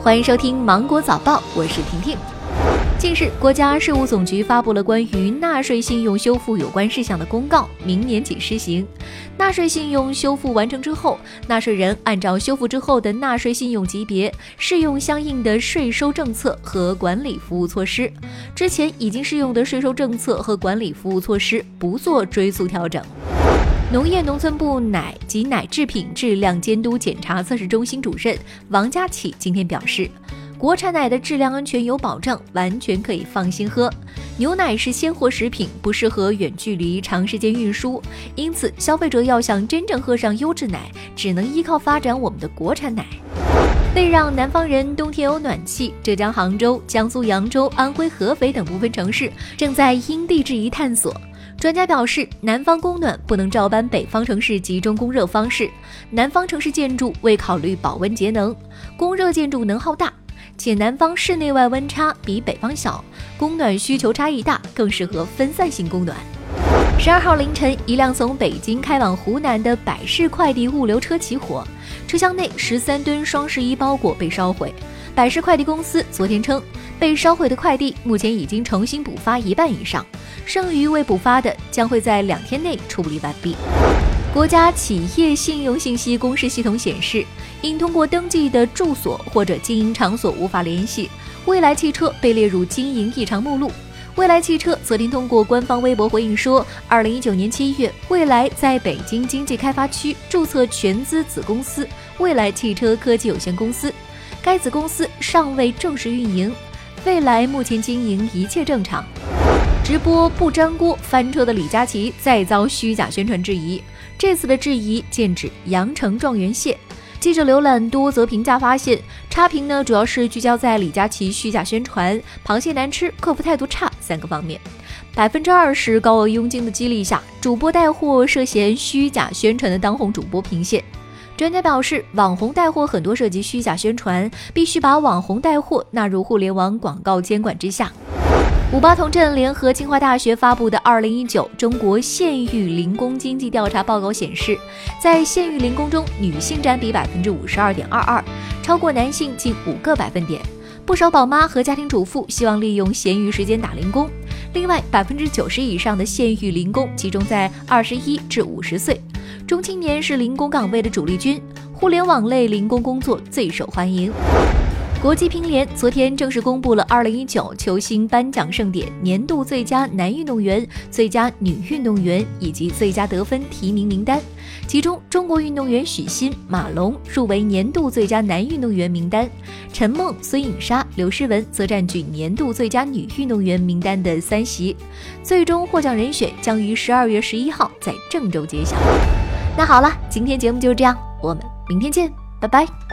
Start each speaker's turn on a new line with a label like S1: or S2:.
S1: 欢迎收听芒果早报，我是婷婷。近日，国家税务总局发布了关于纳税信用修复有关事项的公告，明年起施行。纳税信用修复完成之后，纳税人按照修复之后的纳税信用级别，适用相应的税收政策和管理服务措施。之前已经适用的税收政策和管理服务措施不做追溯调整。农业农村部奶及奶制品质量监督检查测试中心主任王家启今天表示，国产奶的质量安全有保障，完全可以放心喝。牛奶是鲜活食品，不适合远距离长时间运输，因此消费者要想真正喝上优质奶，只能依靠发展我们的国产奶。为让南方人冬天有暖气，浙江杭州、江苏扬州、安徽合肥等部分城市正在因地制宜探索。专家表示，南方供暖不能照搬北方城市集中供热方式，南方城市建筑未考虑保温节能，供热建筑能耗大，且南方室内外温差比北方小，供暖需求差异大，更适合分散性供暖。12号凌晨，一辆从北京开往湖南的百世快递物流车起火，车厢内13吨双十一包裹被烧毁。百世快递公司昨天称，被烧毁的快递目前已经重新补发一半以上，剩余未补发的将会在2天内处理完毕。国家企业信用信息公示系统显示，因通过登记的住所或者经营场所无法联系，蔚来汽车被列入经营异常目录。蔚来汽车昨天通过官方微博回应说，2019年7月，蔚来在北京经济开发区注册全资子公司蔚来汽车科技有限公司，该子公司尚未正式运营，蔚来目前经营一切正常。直播不粘锅翻车的李佳琦再遭虚假宣传质疑，这次的质疑剑指阳澄状元蟹。记者浏览多则评价发现，差评呢主要是聚焦在李佳琦虚假宣传、螃蟹难吃、客服态度差3个方面。20%高额佣金的激励下，主播带货涉嫌虚假宣传的当红主播平线。专家表示，网红带货很多涉及虚假宣传，必须把网红带货纳入互联网广告监管之下。58同镇联合清华大学发布的2019中国县域零工经济调查报告显示，在县域零工中，女性占比52.22%，超过男性近5个百分点。不少宝妈和家庭主妇希望利用闲余时间打零工。另外，90%以上的县域零工集中在21至50岁，中青年是零工岗位的主力军，互联网类零工工作最受欢迎。国际乒联昨天正式公布了2019球星颁奖盛典年度最佳男运动员、最佳女运动员以及最佳得分提名名单，其中中国运动员许昕、马龙入围年度最佳男运动员名单，陈梦、孙颖莎、刘诗雯则占据年度最佳女运动员名单的3席，最终获奖人选将于12月11号在郑州揭晓。那好了，今天节目就这样，我们明天见，拜拜。